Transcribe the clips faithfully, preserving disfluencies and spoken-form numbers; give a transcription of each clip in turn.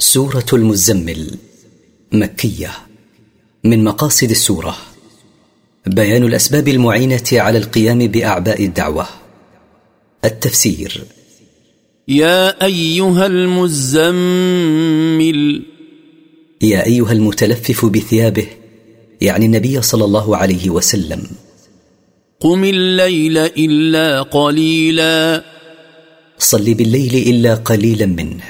سورة المزمل مكية. من مقاصد السورة بيان الأسباب المعينة على القيام بأعباء الدعوة. التفسير: يا أيها المزمل، يا أيها المتلفف بثيابه، يعني النبي صلى الله عليه وسلم. قم الليل إلا قليلا، صل بالليل إلا قليلا منه.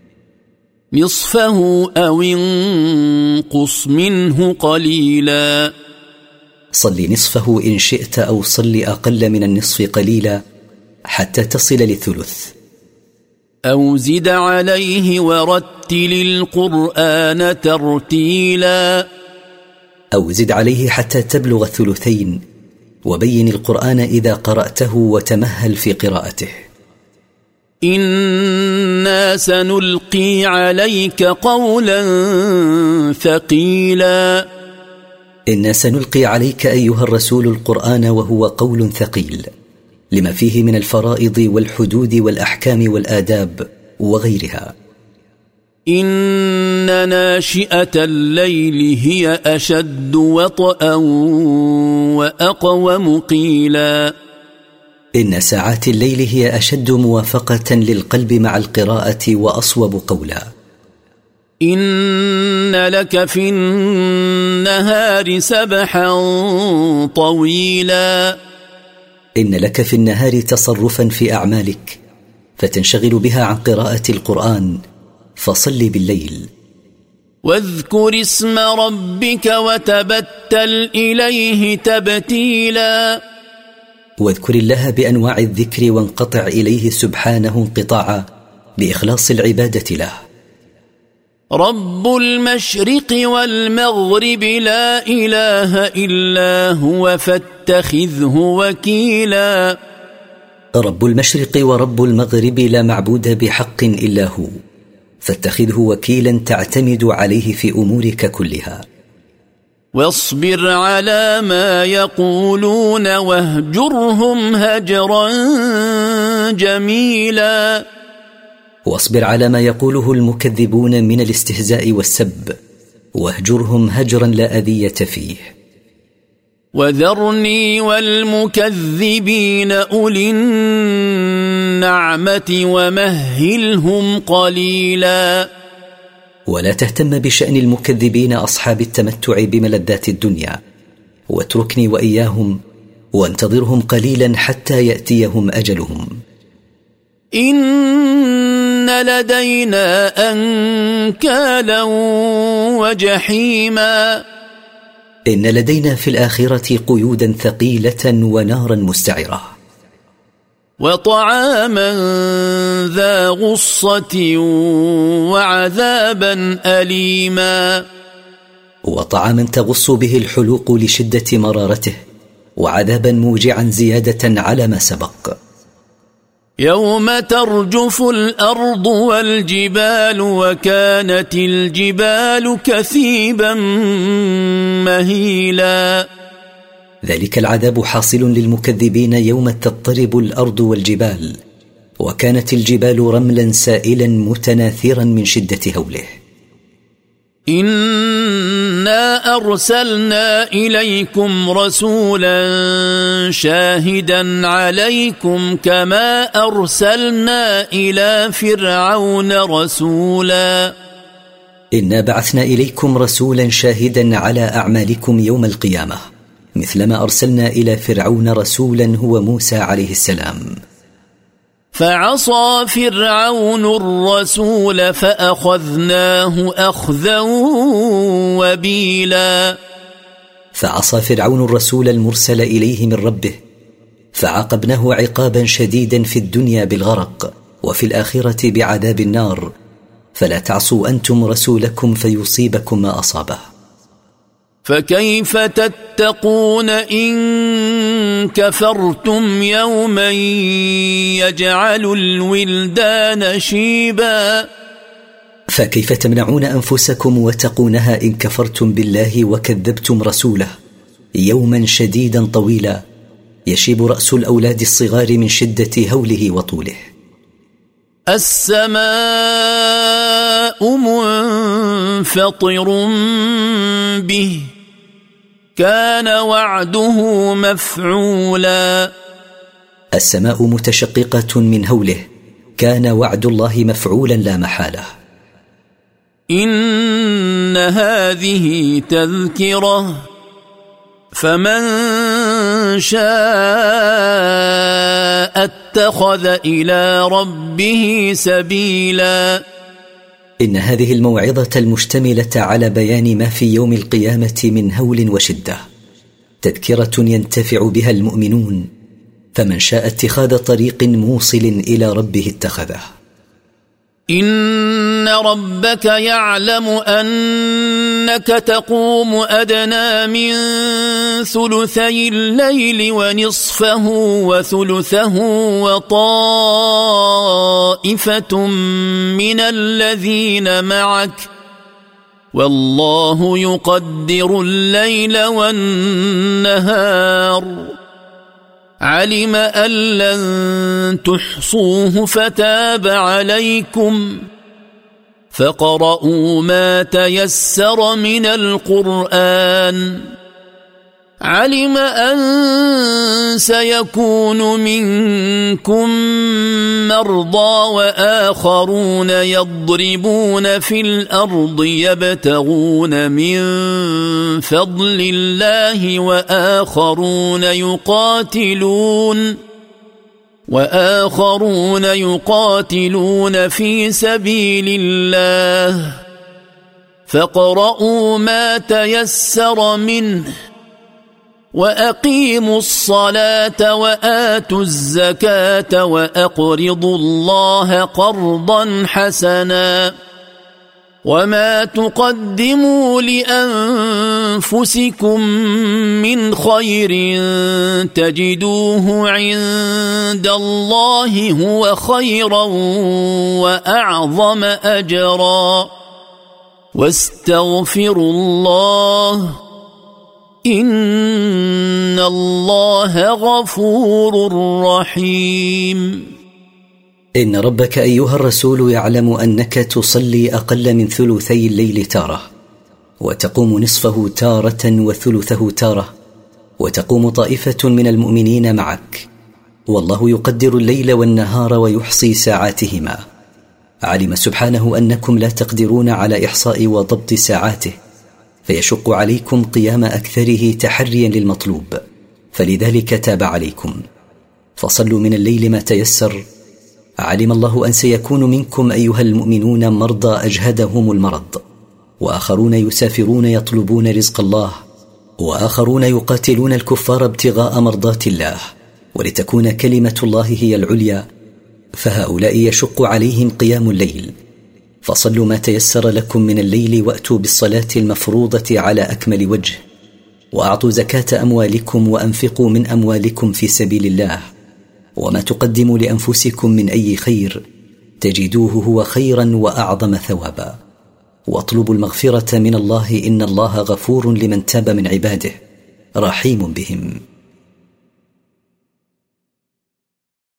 نصفه أو انقص منه قليلا، صل نصفه إن شئت، أو صل أقل من النصف قليلا حتى تصل للثلث. أو زد عليه ورتل القرآن ترتيلا، أو زد عليه حتى تبلغ الثلثين، وبين القرآن إذا قرأته وتمهل في قراءته. إنا سنلقي عليك قولا ثقيلا، إنا سنلقي عليك أيها الرسول القرآن، وهو قول ثقيل لما فيه من الفرائض والحدود والأحكام والآداب وغيرها. إن ناشئة الليل هي أشد وطئا وأقوم قيلا، إن ساعات الليل هي أشد موافقة للقلب مع القراءة وأصوب قولا. إن لك في النهار سبحا طويلا، إن لك في النهار تصرفا في أعمالك فتنشغل بها عن قراءة القرآن، فصل بالليل. واذكر اسم ربك وتبتل إليه تبتيلا، واذكر الله بأنواع الذكر وانقطع إليه سبحانه انقطاعا بإخلاص العبادة له. رب المشرق والمغرب لا إله إلا هو فاتخذه وكيلا، رب المشرق ورب المغرب لا معبود بحق إلا هو، فاتخذه وكيلا تعتمد عليه في أمورك كلها. واصبر على ما يقولون واهجرهم هجرا جميلا، واصبر على ما يقوله المكذبون من الاستهزاء والسب، واهجرهم هجرا لا أذية فيه. وذرني والمكذبين أولي النعمة ومهلهم قليلا، ولا تهتم بشأن المكذبين أصحاب التمتع بملذات الدنيا، واتركني وإياهم وانتظرهم قليلا حتى يأتيهم أجلهم. إن لدينا أنكالا وجحيما، إن لدينا في الآخرة قيودا ثقيلة ونارا مستعرة. وطعاما ذا غصة وعذابا أليما، وطعاما تغص به الحلوق لشدة مرارته، وعذابا موجعا زيادة على ما سبق. يوم ترجف الأرض والجبال وكانت الجبال كثيبا مهيلا، ذلك العذاب حاصل للمكذبين يوم تضطرب الأرض والجبال، وكانت الجبال رملا سائلا متناثرا من شدة هوله. إنا أرسلنا إليكم رسولا شاهدا عليكم كما أرسلنا إلى فرعون رسولا، إنا بعثنا إليكم رسولا شاهدا على أعمالكم يوم القيامة، مثلما أرسلنا إلى فرعون رسولا هو موسى عليه السلام. فعصى فرعون الرسول فأخذناه أخذا وبيلا، فعصى فرعون الرسول المرسل إليه من ربه، فعاقبناه عقابا شديدا في الدنيا بالغرق، وفي الآخرة بعذاب النار، فلا تعصوا أنتم رسولكم فيصيبكم ما أصابه. فكيف تتقون إن كفرتم يوما يجعل الولدان شيبا، فكيف تمنعون أنفسكم وتقونها إن كفرتم بالله وكذبتم رسوله يوما شديدا طويلا يشيب رأس الأولاد الصغار من شدة هوله وطوله. السماء منفطر به كان وعده مفعولا. السماء متشققة من هوله كان وعد الله مفعولا لا محالة. إن هذه تذكرة فمن شاء اتخذ إلى ربه سبيلا. إن هذه الموعظة المشتملة على بيان ما في يوم القيامة من هول وشدة تذكرة ينتفع بها المؤمنون، فمن شاء اتخاذ طريق موصل إلى ربه اتخذه. إن ربك يعلم أنك تقوم أدنى من ثلثي الليل ونصفه وثلثه وطائفة من الذين معك والله يقدر الليل والنهار علم أن لن تحصوه فتاب عليكم فاقرؤوا ما تيسر من القرآن علم أن سيكون منكم مرضى وآخرون يضربون في الأرض يبتغون من فضل الله وآخرون يقاتلون وآخرون يقاتلون في سبيل الله فاقرؤوا ما تيسر منه وأقيموا الصلاة وآتوا الزكاة وأقرضوا الله قرضا حسنا وما تقدموا لأنفسكم من خير تجدوه عند الله هو خيرا وأعظم أجرا واستغفروا الله إن الله غفور رحيم. إن ربك أيها الرسول يعلم أنك تصلي أقل من ثلثي الليل تارة وتقوم نصفه تارة وثلثه تارة وتقوم طائفة من المؤمنين معك والله يقدر الليل والنهار ويحصي ساعاتهما. علم سبحانه أنكم لا تقدرون على إحصاء وضبط ساعاته فيشق عليكم قيام أكثره تحريا للمطلوب، فلذلك تاب عليكم. فصلوا من الليل ما تيسر. علم الله أن سيكون منكم أيها المؤمنون مرضى أجهدهم المرض، وآخرون يسافرون يطلبون رزق الله، وآخرون يقاتلون الكفار ابتغاء مرضات الله ولتكون كلمة الله هي العليا، فهؤلاء يشق عليهم قيام الليل. فصلوا ما تيسر لكم من الليل وأتوا بالصلاة المفروضة على أكمل وجه، وأعطوا زكاة أموالكم وأنفقوا من أموالكم في سبيل الله، وما تقدموا لأنفسكم من أي خير تجدوه هو خيرا وأعظم ثوابا، واطلبوا المغفرة من الله إن الله غفور لمن تاب من عباده رحيم بهم.